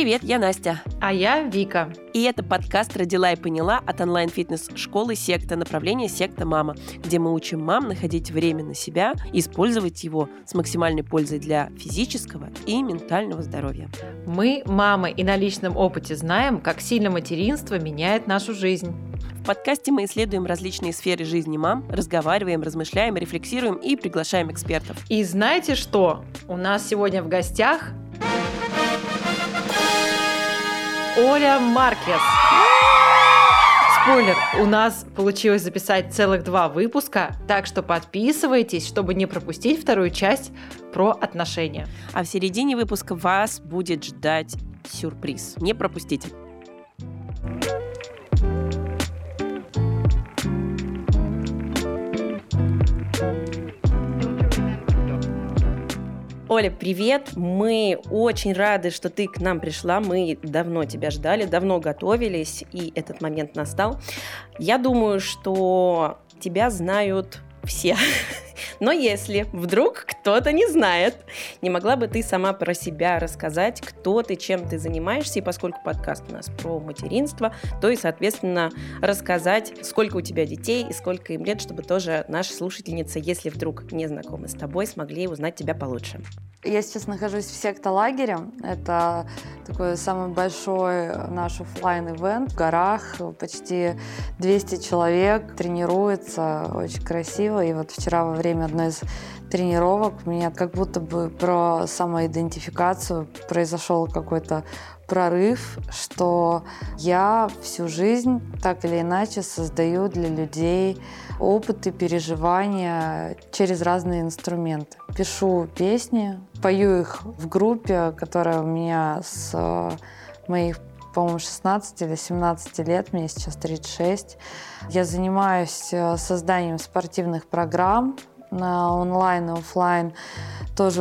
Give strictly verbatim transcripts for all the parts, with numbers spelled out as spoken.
Привет, я Настя. А я Вика. И это подкаст «Родила и поняла» от онлайн-фитнес-школы «Секта», направление «Секта Мама», где мы учим мам находить время на себя и использовать его с максимальной пользой для физического и ментального здоровья. Мы, мамы, и на личном опыте знаем, как сильно материнство меняет нашу жизнь. В подкасте мы исследуем различные сферы жизни мам, разговариваем, размышляем, рефлексируем и приглашаем экспертов. И знаете что? У нас сегодня в гостях Оля Маркес. Спойлер, у нас получилось записать целых два выпуска, так что подписывайтесь, чтобы не пропустить вторую часть про отношения. А в середине выпуска вас будет ждать сюрприз. Не пропустите. Оля, привет! Мы очень рады, что ты к нам пришла. Мы давно тебя ждали, давно готовились, и этот момент настал. Я думаю, что тебя знают все. Но если вдруг кто-то не знает, не могла бы ты сама про себя рассказать, кто ты, чем ты занимаешься, и поскольку подкаст у нас про материнство, то и, соответственно, рассказать, сколько у тебя детей и сколько им лет, чтобы тоже наши слушательницы, если вдруг не знакомы с тобой, смогли узнать тебя получше. Я сейчас нахожусь в секта-лагере. Это такой самый большой наш офлайн-ивент в горах. Почти двести человек тренируется, очень красиво. И вот вчера во время одной из тренировок у меня как будто бы про самоидентификацию произошел какой-то прорыв, что я всю жизнь так или иначе создаю для людей опыты, переживания через разные инструменты. Пишу песни, пою их в группе, которая у меня с моих, по-моему, шестнадцати или семнадцати лет, мне сейчас тридцать шесть. Я занимаюсь созданием спортивных программ на онлайн и офлайн тоже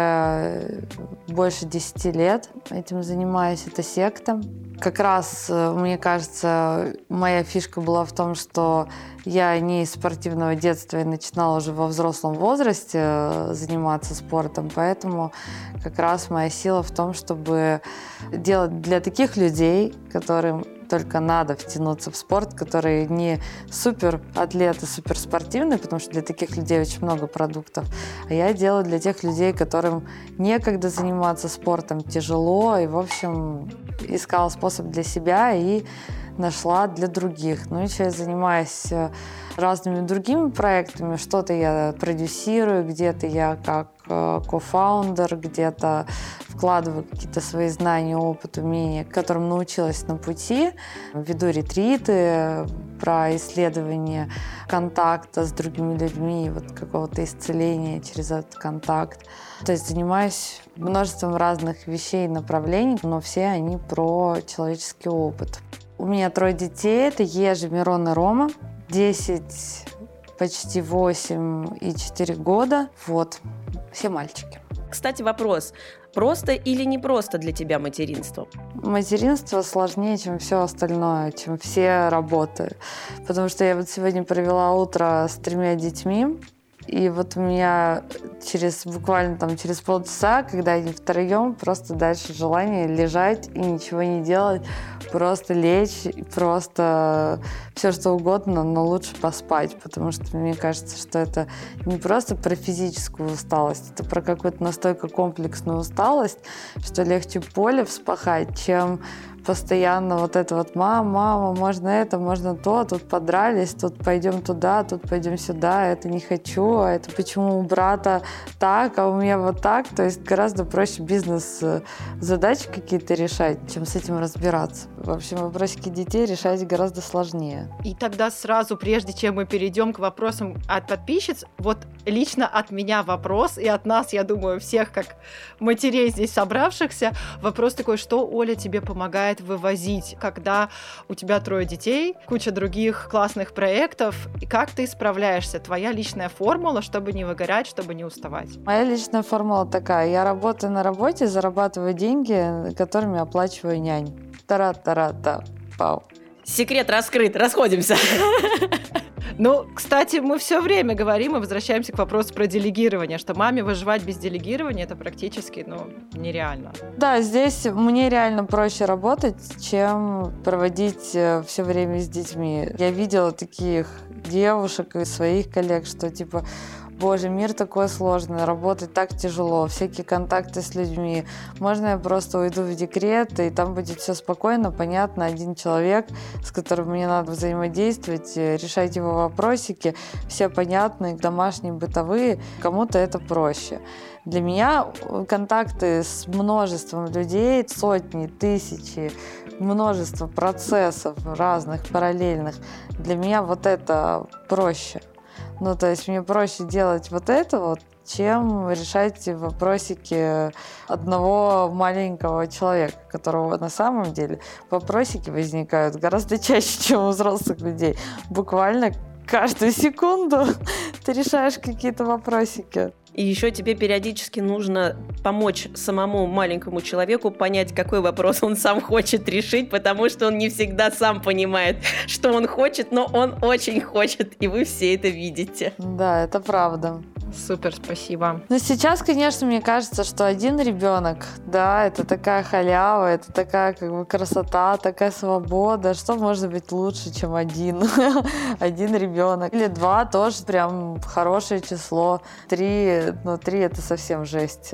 уже больше десяти лет этим занимаюсь. Это секта. Как раз, мне кажется, моя фишка была в том, что я не из спортивного детства и начинала уже во взрослом возрасте заниматься спортом, поэтому как раз моя сила в том, чтобы делать для таких людей, которым только надо втянуться в спорт, которые не супер атлеты, супер спортивные, потому что для таких людей очень много продуктов. А я делаю для тех людей, которым некогда заниматься спортом, тяжело, и, в общем, искала способ для себя и нашла для других. Ну, еще я занимаюсь разными другими проектами. Что-то я продюсирую, где-то я как кофаундер, где-то вкладываю какие-то свои знания, опыт, умения, которым научилась на пути. Веду ретриты про исследование контакта с другими людьми, вот какого-то исцеления через этот контакт. То есть занимаюсь множеством разных вещей и направлений, но все они про человеческий опыт. У меня трое детей. Это Ежи, Мирон и Рома. десять, почти восемь и четыре года. Вот. Все мальчики. Кстати, вопрос. Просто или не просто для тебя материнство? Материнство сложнее, чем все остальное, чем все работы. Потому что я вот сегодня провела утро с тремя детьми. И вот у меня через буквально там через полчаса, когда они втроем, просто дальше желание лежать и ничего не делать, просто лечь, и просто все что угодно, но лучше поспать, потому что мне кажется, что это не просто про физическую усталость, это про какую-то настолько комплексную усталость, что легче поле вспахать, чем постоянно вот это вот «мама, мама, можно это, можно то, тут подрались, тут пойдем туда, тут пойдем сюда, это не хочу, а это почему у брата так, а у меня вот так». То есть гораздо проще бизнес-задачи какие-то решать, чем с этим разбираться. В общем, вопросики детей решать гораздо сложнее. И тогда сразу, прежде чем мы перейдем к вопросам от подписчиц, вот лично от меня вопрос, и от нас, я думаю, всех как матерей здесь собравшихся, вопрос такой: что, Оля, тебе помогает вывозить, когда у тебя трое детей, куча других классных проектов, и как ты справляешься? Твоя личная формула, чтобы не выгорать, чтобы не уставать? Моя личная формула такая: я работаю на работе, зарабатываю деньги, которыми оплачиваю нянь. Тара-тара-та, пау. Секрет раскрыт, расходимся. Ну, кстати, мы все время говорим и возвращаемся к вопросу про делегирование, что маме выживать без делегирования это практически, ну, нереально. Да, здесь мне реально проще работать, чем проводить все время с детьми. Я видела таких девушек и своих коллег, что типа боже, мир такой сложный, работать так тяжело, всякие контакты с людьми. Можно я просто уйду в декрет, и там будет все спокойно, понятно, один человек, с которым мне надо взаимодействовать, решать его вопросики, все понятные, домашние, бытовые, кому-то это проще. Для меня контакты с множеством людей, сотни, тысячи, множество процессов разных, параллельных, для меня вот это проще. Ну, то есть мне проще делать вот это вот, чем решать вопросики одного маленького человека, у которого на самом деле вопросики возникают гораздо чаще, чем у взрослых людей. Буквально каждую секунду ты решаешь какие-то вопросики. И еще тебе периодически нужно помочь самому маленькому человеку понять, какой вопрос он сам хочет решить, потому что он не всегда сам понимает, что он хочет, но он очень хочет, и вы все это видите. Да, это правда. Супер, спасибо. Но сейчас, конечно, мне кажется, что один ребенок, да, это такая халява, это такая как бы красота, такая свобода. Что может быть лучше, чем один? Один ребенок. Или два тоже прям хорошее число. Три, ну три это совсем жесть.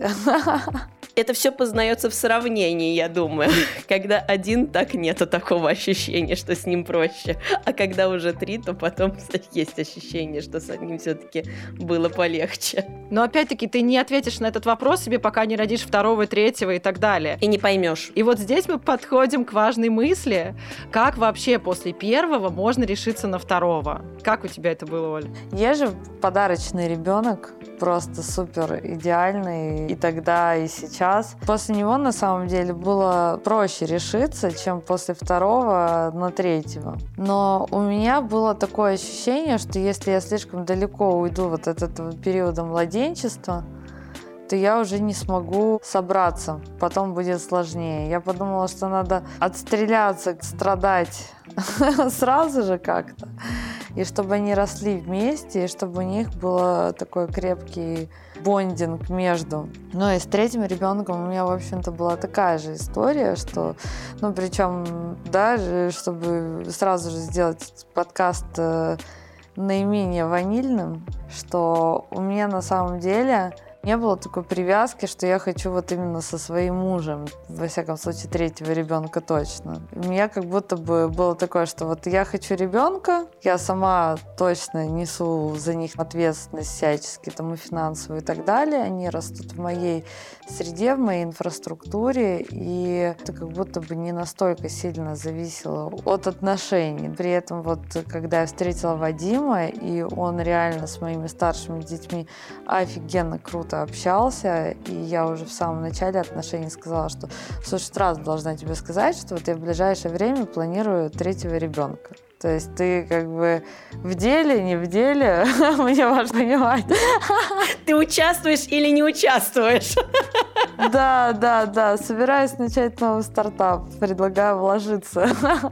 Это все познается в сравнении, я думаю. Когда один, так нету такого ощущения, что с ним проще. А когда уже три, то потом есть ощущение, что с одним все-таки было полегче. Но опять-таки ты не ответишь на этот вопрос себе, пока не родишь второго, третьего и так далее. И не поймешь. И вот здесь мы подходим к важной мысли, как вообще после первого можно решиться на второго. Как у тебя это было, Оль? Я же подарочный ребенок, просто супер идеальный и тогда, и сейчас. После него, на самом деле, было проще решиться, чем после второго на третьего. Но у меня было такое ощущение, что если я слишком далеко уйду вот от этого периода младенчества, то я уже не смогу собраться, потом будет сложнее. Я подумала, что надо отстреляться, страдать сразу же как-то, и чтобы они росли вместе, и чтобы у них был такой крепкий бондинг между. Ну и с третьим ребенком у меня, в общем-то, была такая же история, что, ну, причем даже, чтобы сразу же сделать подкаст э, наименее ванильным, что у меня на самом деле не было такой привязки, что я хочу вот именно со своим мужем, во всяком случае, третьего ребенка точно. У меня как будто бы было такое, что вот я хочу ребенка, я сама точно несу за них ответственность всячески, там и финансовую и так далее. Они растут в моей среде, в моей инфраструктуре, и это как будто бы не настолько сильно зависело от отношений. При этом вот, когда я встретила Вадима, и он реально с моими старшими детьми офигенно круто общался, и я уже в самом начале отношений сказала, что, слушай, сразу должна тебе сказать, что вот я в ближайшее время планирую третьего ребенка. То есть ты как бы в деле, не в деле, мне важно понимать. Ты участвуешь или не участвуешь? Да, да, да, собираюсь начать новый стартап, предлагаю вложиться.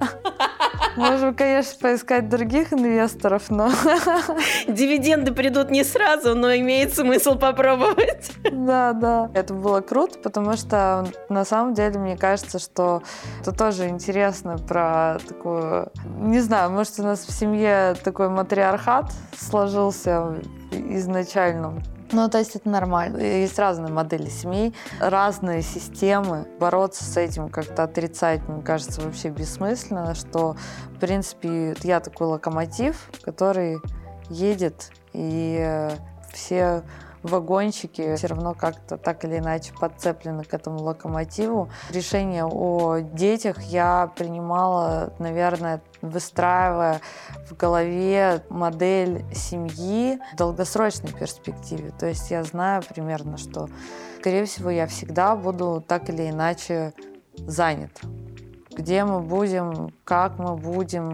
Можем, конечно, поискать других инвесторов, но... Дивиденды придут не сразу, но имеет смысл попробовать. Да, да. Это было круто, потому что на самом деле мне кажется, что это тоже интересно про такую... Не знаю, может, у нас в семье такой матриархат сложился изначально. Ну, то есть это нормально. Есть разные модели семей, разные системы. Бороться с этим как-то отрицать, мне кажется, вообще бессмысленно, что, в принципе, я такой локомотив, который едет, и все вагончики все равно как-то так или иначе подцеплены к этому локомотиву. Решение о детях я принимала, наверное, выстраивая в голове модель семьи в долгосрочной перспективе. То есть я знаю примерно, что, скорее всего, я всегда буду так или иначе занята. Где мы будем, как мы будем,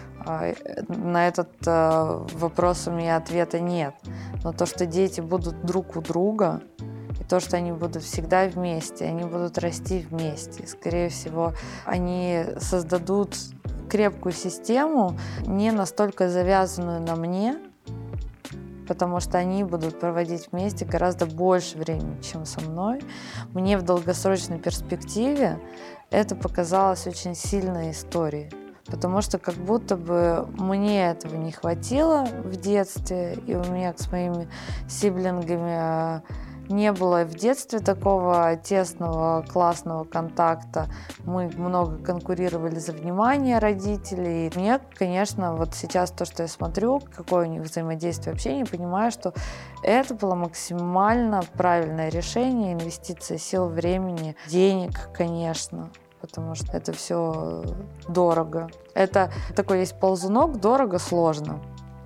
на этот вопрос у меня ответа нет. Но то, что дети будут друг у друга, и то, что они будут всегда вместе, они будут расти вместе. Скорее всего, они создадут крепкую систему, не настолько завязанную на мне, потому что они будут проводить вместе гораздо больше времени, чем со мной. Мне в долгосрочной перспективе это показалось очень сильной историей, потому что как будто бы мне этого не хватило в детстве, и у меня с моими сиблингами не было в детстве такого тесного, классного контакта. Мы много конкурировали за внимание родителей. И мне, конечно, вот сейчас то, что я смотрю, какое у них взаимодействие, общение, понимаю, что это было максимально правильное решение, инвестиция сил, времени, денег, конечно, потому что это все дорого. Это такой есть ползунок, дорого, сложно.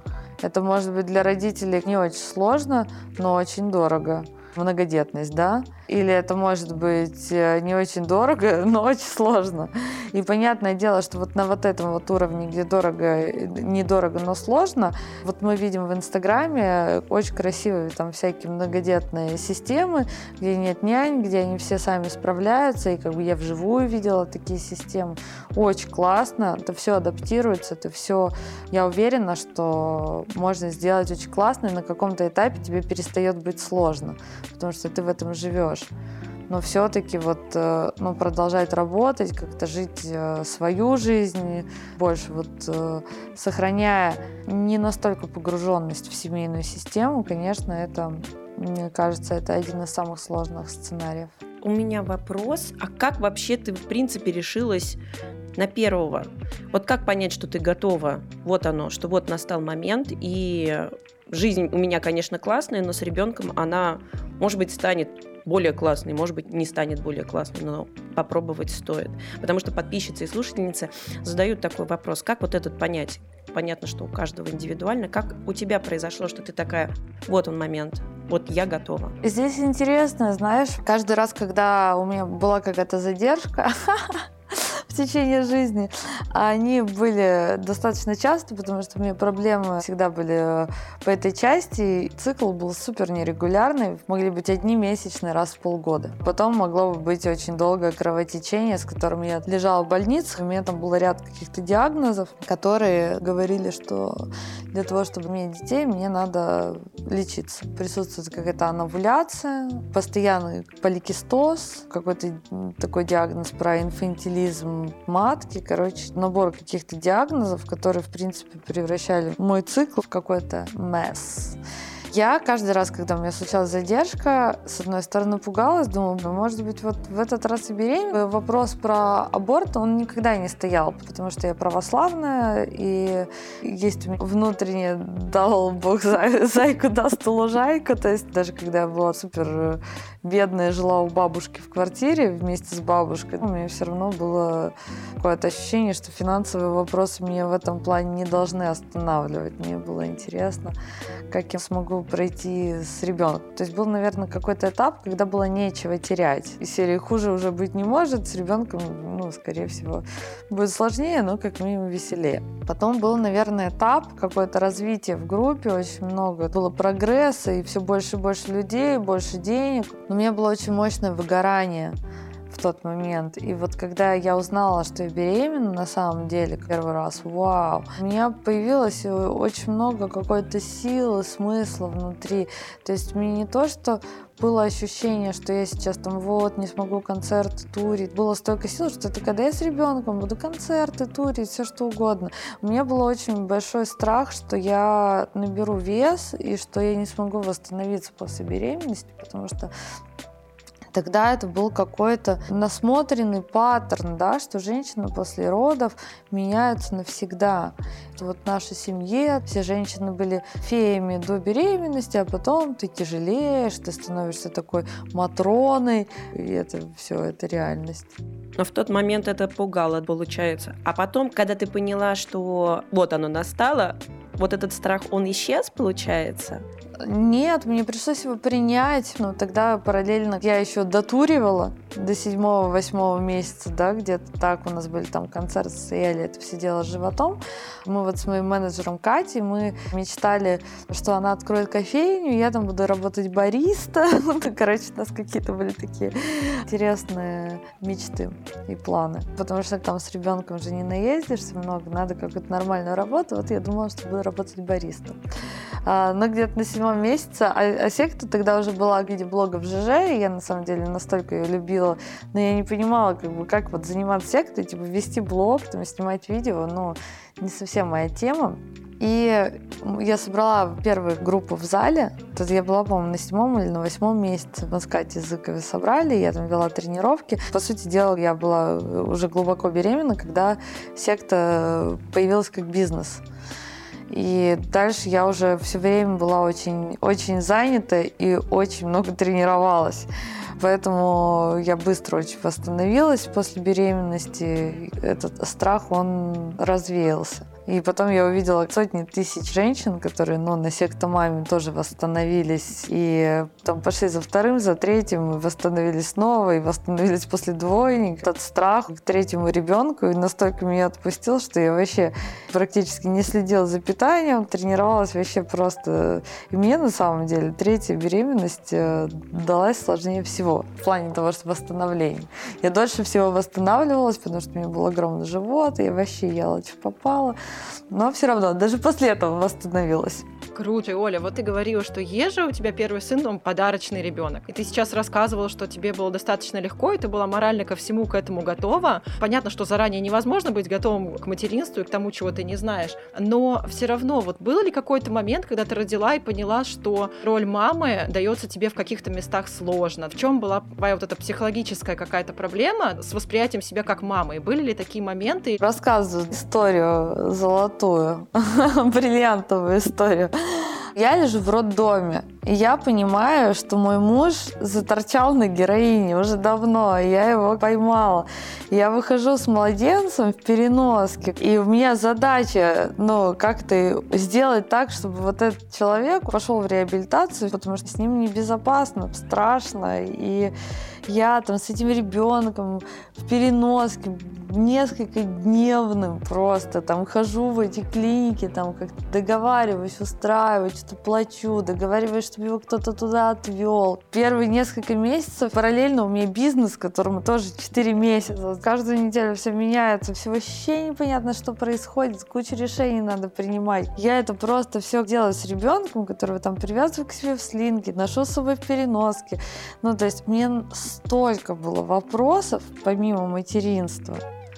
Это может быть для родителей не очень сложно, но очень дорого. Многодетность, да? Или это может быть не очень дорого, но очень сложно. И понятное дело, что вот на вот этом вот уровне, где дорого, недорого, но сложно, вот мы видим в Инстаграме очень красивые там всякие многодетные системы, где нет нянь, где они все сами справляются, и как бы я вживую видела такие системы. Очень классно, это все адаптируется, это все, я уверена, что можно сделать очень классно, и на каком-то этапе тебе перестает быть сложно, потому что ты в этом живешь. Но все-таки вот, ну, продолжать работать, как-то жить свою жизнь, больше вот сохраняя не настолько погруженность в семейную систему, конечно, это, мне кажется, это один из самых сложных сценариев. У меня вопрос, а как вообще ты, в принципе, решилась на первого? Вот как понять, что ты готова? Вот оно, что вот настал момент, и жизнь у меня, конечно, классная, но с ребенком она, может быть, станет более классной, может быть, не станет более классной, но попробовать стоит. Потому что подписчицы и слушательницы задают такой вопрос, как вот этот понять? Понятно, что у каждого индивидуально. Как у тебя произошло, что ты такая, вот он момент, вот я готова? Здесь интересно, знаешь, каждый раз, когда у меня была какая-то задержка, в течение жизни, они были достаточно часто, потому что у меня проблемы всегда были по этой части. Цикл был супер нерегулярный, могли быть одни месячные раз в полгода. Потом могло быть очень долгое кровотечение, с которым я лежала в больнице. У меня там был ряд каких-то диагнозов, которые говорили, что для того, чтобы иметь детей, мне надо лечиться. Присутствует какая-то анавуляция, постоянный поликистоз, какой-то такой диагноз про инфантилизм матки, короче, набор каких-то диагнозов, которые, в принципе, превращали мой цикл в какой-то месс. Я каждый раз, когда у меня случалась задержка, с одной стороны пугалась, думала, может быть, вот в этот раз и беременна. Вопрос про аборт, он никогда не стоял, потому что я православная, и есть у меня внутренне дал Бог зайку, даст лужайку. То есть даже когда я была супер бедная, жила у бабушки в квартире вместе с бабушкой, у меня все равно было какое-то ощущение, что финансовые вопросы меня в этом плане не должны останавливать. Мне было интересно, как я смогу пройти с ребенком. То есть был, наверное, какой-то этап, когда было нечего терять. Из серии хуже уже быть не может, с ребенком, ну, скорее всего, будет сложнее, но как минимум веселее. Потом был, наверное, этап, какое-то развитие в группе, очень много было прогресса, и все больше и больше людей, больше денег. Но у меня было очень мощное выгорание в тот момент. И вот когда я узнала, что я беременна, на самом деле, первый раз, вау, у меня появилось очень много какой-то силы, смысла внутри. То есть мне не то, что было ощущение, что я сейчас там вот, не смогу концерты турить. Было столько сил, что это когда я с ребенком буду концерты турить, все что угодно. У меня был очень большой страх, что я наберу вес и что я не смогу восстановиться после беременности, потому что тогда это был какой-то насмотренный паттерн, да, что женщины после родов меняются навсегда. Вот в нашей семье все женщины были феями до беременности, а потом ты тяжелеешь, ты становишься такой матроной, и это все, это реальность. Но в тот момент это пугало, получается. А потом, когда ты поняла, что вот оно настало, вот этот страх, он исчез, получается? Нет, мне пришлось его принять, но тогда параллельно я еще дотуривала до седьмого-восьмого месяца, да, где-то так у нас были там концерты, стояли, это все дело с животом. Мы вот с моим менеджером Катей, мы мечтали, что она откроет кофейню, я там буду работать бариста. Ну, короче, у нас какие-то были такие интересные мечты и планы. Потому что там с ребенком же не наездишься много, надо какую-то нормальную работу. Вот я думала, что буду работать баристом. А, но где-то на седьмом месяце, а, а секта тогда уже была в виде блога в ЖЖ, и я на самом деле настолько ее любила, но я не понимала, как бы, как вот заниматься сектой, типа вести блог, там, снимать видео, ну, не совсем моя тема. И я собрала первую группу в зале. Тут я была, по-моему, на седьмом или на восьмом месяце. Мы с Катей Зыковой собрали, я там вела тренировки. По сути дела, я была уже глубоко беременна, когда секта появилась как бизнес. И дальше я уже все время была очень, очень занята и очень много тренировалась. Поэтому я быстро очень восстановилась после беременности. Этот страх, он развеялся. И потом я увидела сотни тысяч женщин, которые, ну, на сектомаме тоже восстановились. И там пошли за вторым, за третьим, и восстановились снова, и восстановились после двойни. Этот страх к третьему ребенку настолько меня отпустил, что я вообще практически не следила за питанием, тренировалась вообще просто. И мне, на самом деле, третья беременность далась сложнее всего в плане того, что восстановления. Я дольше всего восстанавливалась, потому что у меня был огромный живот, и я вообще ела, что попало. Но все равно, даже после этого восстановилась. Круто, Оля, вот ты говорила, что Ежа у тебя первый сын, он подарочный ребенок. И ты сейчас рассказывала, что тебе было достаточно легко, и ты была морально ко всему к этому готова. Понятно, что заранее невозможно быть готовым к материнству и к тому, чего ты не знаешь. Но все равно, вот был ли какой-то момент, когда ты родила и поняла, что роль мамы дается тебе в каких-то местах сложно? В чем была твоя вот эта психологическая какая-то проблема с восприятием себя как мамы? И были ли такие моменты? Рассказываю историю золотую, бриллиантовую историю. Я лежу в роддоме, и я понимаю, что мой муж заторчал на героине уже давно, и я его поймала. Я выхожу с младенцем в переноске, и у меня задача, ну, как-то сделать так, чтобы вот этот человек пошел в реабилитацию, потому что с ним небезопасно, страшно, и я там с этим ребенком в переноске несколько дневным просто там хожу в эти клиники, там как-то договариваюсь, устраиваю, что-то плачу, договариваюсь, чтобы его кто-то туда отвел. Первые несколько месяцев параллельно у меня бизнес, которому тоже четыре месяца. Каждую неделю все меняется, все вообще непонятно, что происходит, кучу решений надо принимать. Я это просто все делаю с ребенком, которого там привязываю к себе в слинге, ношу с собой в переноске. Ну, то есть мне столько было вопросов, помимо материнства,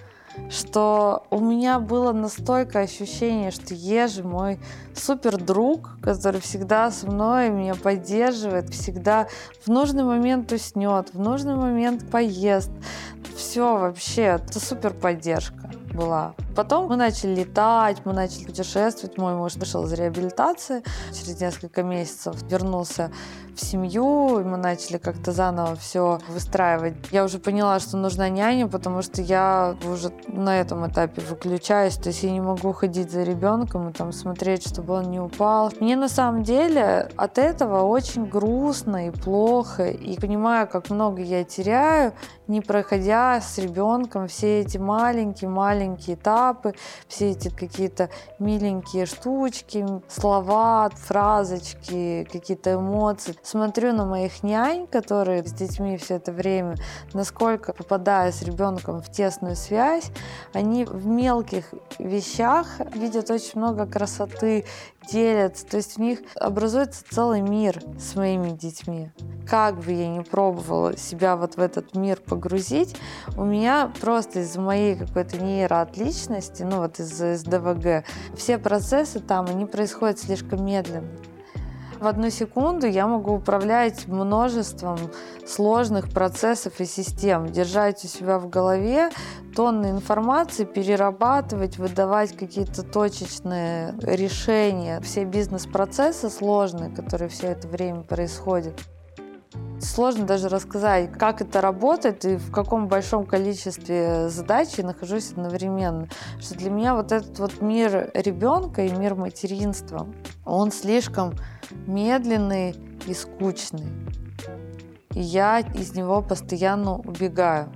что у меня было настолько ощущение, что Ежи мой супер друг, который всегда со мной, меня поддерживает, всегда в нужный момент уснет, в нужный момент поест. Все вообще, это супер поддержка была. Потом мы начали летать, мы начали путешествовать. Мой муж вышел из реабилитации, через несколько месяцев вернулся в семью, и мы начали как-то заново все выстраивать. Я уже поняла, что нужна няня, потому что я уже на этом этапе выключаюсь, то есть я не могу ходить за ребенком и там смотреть, чтобы он не упал. Мне на самом деле от этого очень грустно и плохо, и понимаю, как много я теряю, не проходя с ребенком все эти маленькие-маленькие этапы, все эти какие-то миленькие штучки, слова, фразочки, какие-то эмоции. Смотрю на моих нянь, которые с детьми все это время, насколько, попадая с ребенком в тесную связь, они в мелких вещах видят очень много красоты, делятся, то есть у них образуется целый мир с моими детьми. Как бы я ни пробовала себя вот в этот мир погрузить, у меня просто из-за моей какой-то нейроотличности, ну вот из-за эс дэ вэ гэ, все процессы там, они происходят слишком медленно. В одну секунду я могу управлять множеством сложных процессов и систем, держать у себя в голове тонны информации, перерабатывать, выдавать какие-то точечные решения. Все бизнес-процессы сложные, которые все это время происходят. Сложно даже рассказать, как это работает и в каком большом количестве задач я нахожусь одновременно. Что для меня вот этот вот мир ребенка и мир материнства, он слишком медленный и скучный. И я из него постоянно убегаю.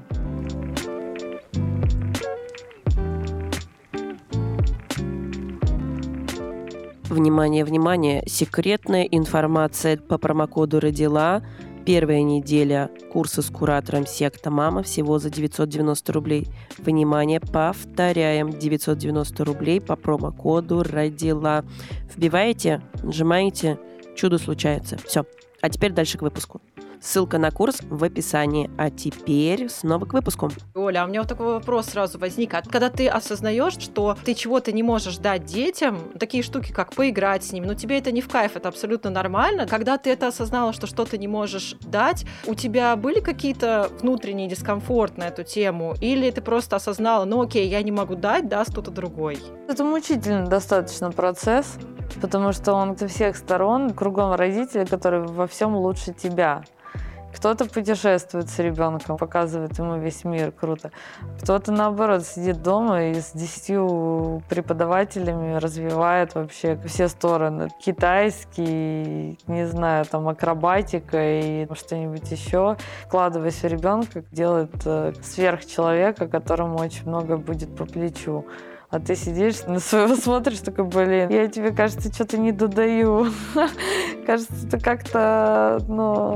Внимание, внимание! Секретная информация по промокоду «Родила». Первая неделя курса с куратором «Секта Мама» всего за девятьсот девяносто рублей. Внимание, повторяем, девятьсот девяносто рублей по промокоду «Родила». Вбиваете, нажимаете, чудо случается. Все. А теперь дальше к выпуску. Ссылка на курс в описании. А теперь снова к выпуску. Оля, а у меня вот такой вопрос сразу возник. А когда ты осознаешь, что ты чего-то не можешь дать детям, такие штуки, как поиграть с ними, но тебе это не в кайф, это абсолютно нормально. Когда ты это осознала, что что-то не можешь дать, у тебя были какие-то внутренние дискомфорт на эту тему? Или ты просто осознала, ну окей, я не могу дать, даст кто-то другой? Это мучительный достаточно процесс, потому что он со всех сторон, кругом родители, которые во всем лучше тебя. Кто-то путешествует с ребенком, показывает ему весь мир, круто. Кто-то, наоборот, сидит дома и с десятью преподавателями развивает вообще все стороны. Китайский, не знаю, там акробатика и что-нибудь еще. Вкладываясь в ребенка, делает сверхчеловека, которому очень много будет по плечу. А ты сидишь, на своего смотришь, такой, блин, я тебе, кажется, что-то не додаю. Кажется, ты как-то, ну,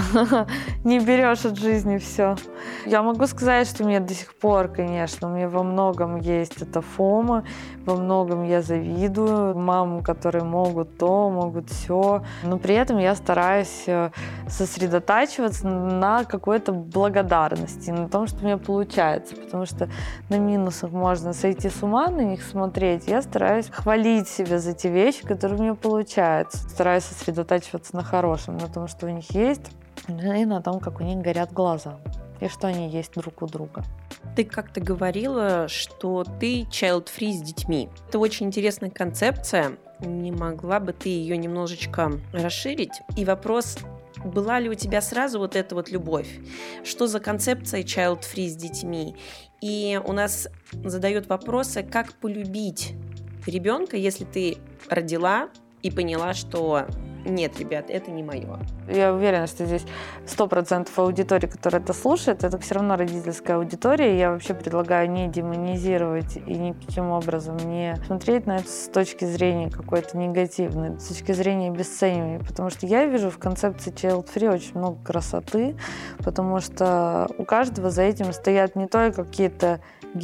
не берешь от жизни все. Я могу сказать, что мне до сих пор, конечно, у меня во многом есть эта фома, во многом я завидую мамам, которые могут то, могут все. Но при этом я стараюсь сосредотачиваться на какой-то благодарности, на том, что у меня получается. Потому что на минусах можно сойти с ума, на них смотреть. Я стараюсь хвалить себя за те вещи, которые у меня получаются. Стараюсь сосредотачиваться на хорошем, на том, что у них есть, и на том, как у них горят глаза, и что они есть друг у друга. Ты как-то говорила, что ты child-free с детьми. Это очень интересная концепция. Не могла бы ты ее немножечко расширить? И вопрос, была ли у тебя сразу вот эта вот любовь? Что за концепция child-free с детьми? И у нас задают вопросы, как полюбить ребенка, если ты родила и поняла, что нет, ребят, это не мое. Я уверена, что здесь сто процентов аудитории, которая это слушает, это все равно родительская аудитория. Я вообще предлагаю не демонизировать и никаким образом не смотреть на это с точки зрения какой-то негативной, с точки зрения обесценивания. Потому что я вижу в концепции child-free очень много красоты, потому что у каждого за этим стоят не только какие-то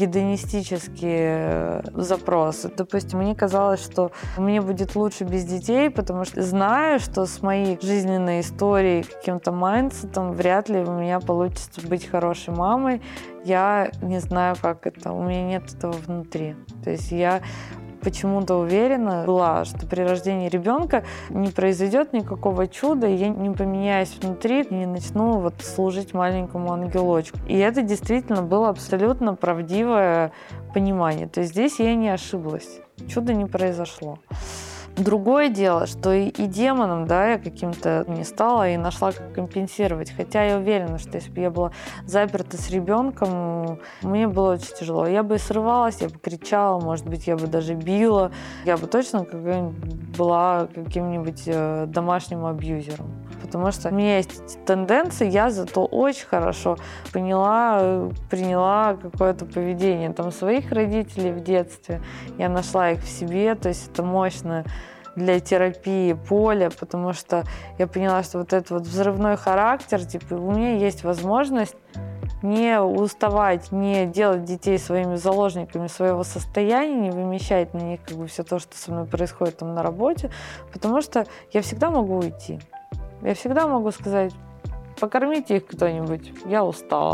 гедонистические запросы. Допустим, мне казалось, что мне будет лучше без детей, потому что знаю, что с моей жизненной историей, каким-то майндсетом вряд ли у меня получится быть хорошей мамой. Я не знаю, как это. У меня нет этого внутри. То есть я почему-то уверена была, что при рождении ребенка не произойдет никакого чуда, и я не поменяюсь внутри, не начну вот служить маленькому ангелочку. И это действительно было абсолютно правдивое понимание. То есть здесь я не ошиблась. Чудо не произошло. Другое дело, что и, и демоном, да, я каким-то не стала и нашла, как компенсировать. Хотя я уверена, что если бы я была заперта с ребенком, мне было очень тяжело. Я бы срывалась, я бы кричала, может быть, я бы даже била. Я бы точно была каким-нибудь домашним абьюзером. Потому что у меня есть эти тенденции, я зато очень хорошо поняла, приняла какое-то поведение там своих родителей в детстве. Я нашла их в себе, то есть это мощно для терапии поле, потому что я поняла, что вот этот вот взрывной характер, типа, у меня есть возможность не уставать, не делать детей своими заложниками своего состояния, не вымещать на них как бы все то, что со мной происходит там на работе, потому что я всегда могу уйти. Я всегда могу сказать: покормите их кто-нибудь, я устала.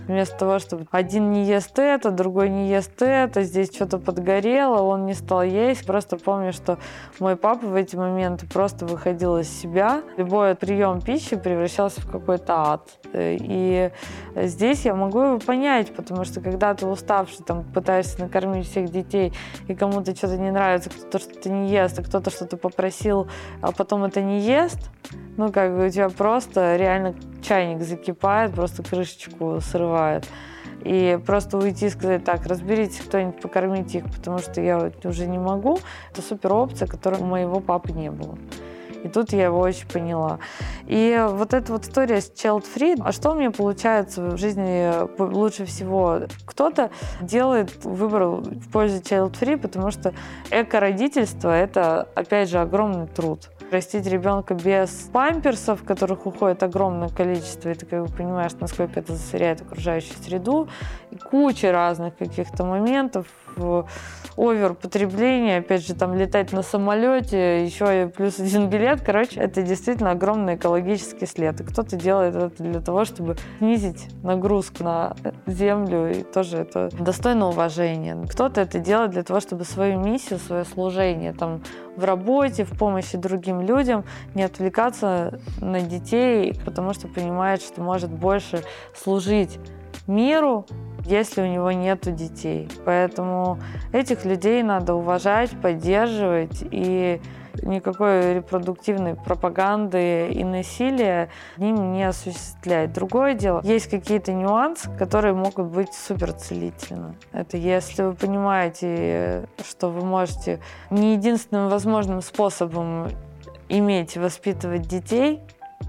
Вместо того, чтобы один не ест это, другой не ест это, здесь что-то подгорело, он не стал есть. Просто помню, что мой папа в эти моменты просто выходил из себя. Любой прием пищи превращался в какой-то ад. И здесь я могу его понять, потому что когда ты уставший, там, пытаешься накормить всех детей, и кому-то что-то не нравится, кто-то что-то не ест, а кто-то что-то попросил, а потом это не ест, ну, как бы у тебя просто реально чайник закипает, просто крышечку срывает. И просто уйти и сказать: так, разберитесь, кто-нибудь, покормите их, потому что я вот уже не могу. Это супер опция, которой у моего папы не было. И тут я его очень поняла. И вот эта вот история с child-free, а что у меня получается в жизни лучше всего? Кто-то делает выбор в пользу child-free, потому что эко-родительство — это, опять же, огромный труд. Растить ребенка без памперсов, которых уходит огромное количество, и ты как бы понимаешь, насколько это засоряет окружающую среду, и куча разных каких-то моментов, оверпотребление, опять же, там летать на самолете, еще и плюс один билет. Короче, это действительно огромный экологический след. И кто-то делает это для того, чтобы снизить нагрузку на землю, и тоже это достойно уважения. Кто-то это делает для того, чтобы свою миссию, свое служение там в работе, в помощи другим людям, не отвлекаться на детей, потому что понимает, что может больше служить миру, если у него нет детей. Поэтому этих людей надо уважать, поддерживать, и никакой репродуктивной пропаганды и насилия ним не осуществлять. Другое дело, есть какие-то нюансы, которые могут быть суперцелительны. Это если вы понимаете, что вы можете не единственным возможным способом иметь и воспитывать детей,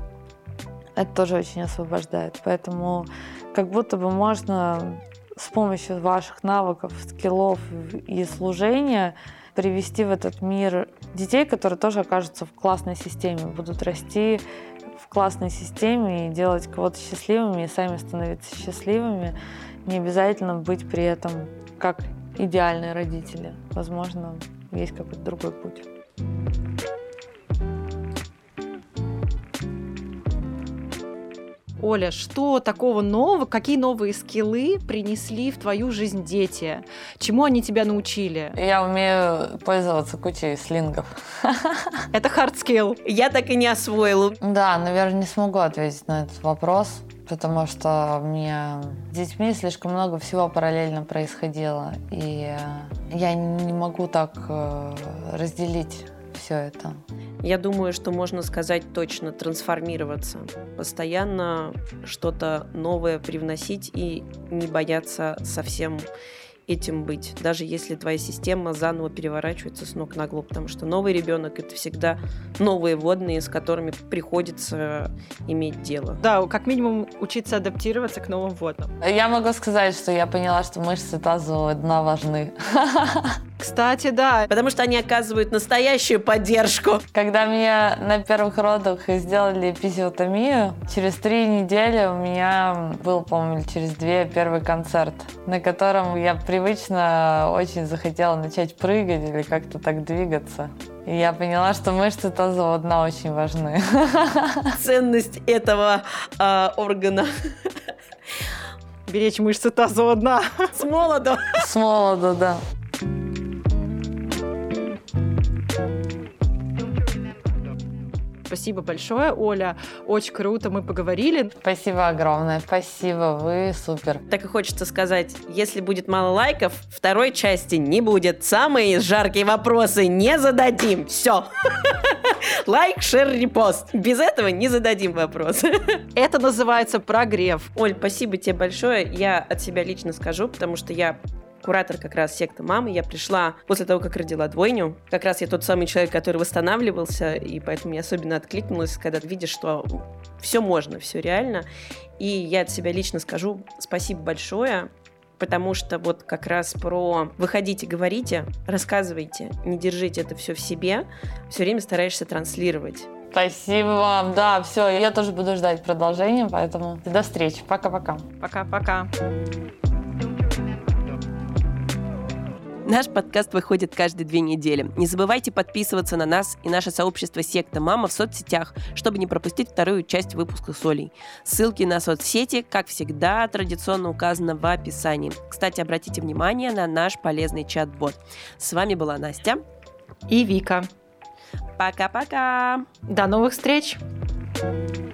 это тоже очень освобождает. Поэтому как будто бы можно с помощью ваших навыков, скиллов и служения привести в этот мир детей, которые тоже окажутся в классной системе, будут расти в классной системе и делать кого-то счастливыми, и сами становиться счастливыми. Не обязательно быть при этом как идеальные родители. Возможно, есть какой-то другой путь. Оля, что такого нового, какие новые скиллы принесли в твою жизнь дети? Чему они тебя научили? Я умею пользоваться кучей слингов. Это hard skill. Я так и не освоила. Да, наверное, не смогу ответить на этот вопрос, потому что у меня с детьми слишком много всего параллельно происходило, и я не могу так разделить все это. Я думаю, что можно сказать точно: трансформироваться, постоянно что-то новое привносить и не бояться совсем этим быть, даже если твоя система заново переворачивается с ног на голову, потому что новый ребенок — это всегда новые водные, с которыми приходится иметь дело. Да, как минимум учиться адаптироваться к новым водным. Я могу сказать, что я поняла, что мышцы тазового дна важны. Кстати, да. Потому что они оказывают настоящую поддержку. Когда меня на первых родах сделали эпизиотомию, через три недели у меня был, по-моему, через две первый концерт, на котором я привычно очень захотела начать прыгать или как-то так двигаться. И я поняла, что мышцы тазового дна очень важны. Ценность этого э, органа. Беречь мышцы тазового дна. С молоду. С молоду, да. Спасибо большое, Оля. Очень круто мы поговорили. Спасибо огромное. Спасибо, вы супер. Так и хочется сказать, если будет мало лайков, второй части не будет. Самые жаркие вопросы не зададим. Все. Лайк, шер, репост. Без этого не зададим вопросы. Это называется прогрев. Оль, спасибо тебе большое. Я от себя лично скажу, потому что я куратор как раз секты мамы. Я пришла после того, как родила двойню. Как раз я тот самый человек, который восстанавливался, и поэтому я особенно откликнулась, когда видишь, что все можно, все реально. И я от себя лично скажу спасибо большое, потому что вот как раз про выходите, говорите, рассказывайте, не держите это все в себе, все время стараешься транслировать. Спасибо вам. Да, все, я тоже буду ждать продолжения, поэтому до встречи. Пока-пока. Пока-пока. Наш подкаст выходит каждые две недели. Не забывайте подписываться на нас и наше сообщество «Секта Мама» в соцсетях, чтобы не пропустить вторую часть выпуска с Олей. Ссылки на соцсети, как всегда, традиционно указаны в описании. Кстати, обратите внимание на наш полезный чат-бот. С вами была Настя и Вика. Пока-пока! До новых встреч! Thank you.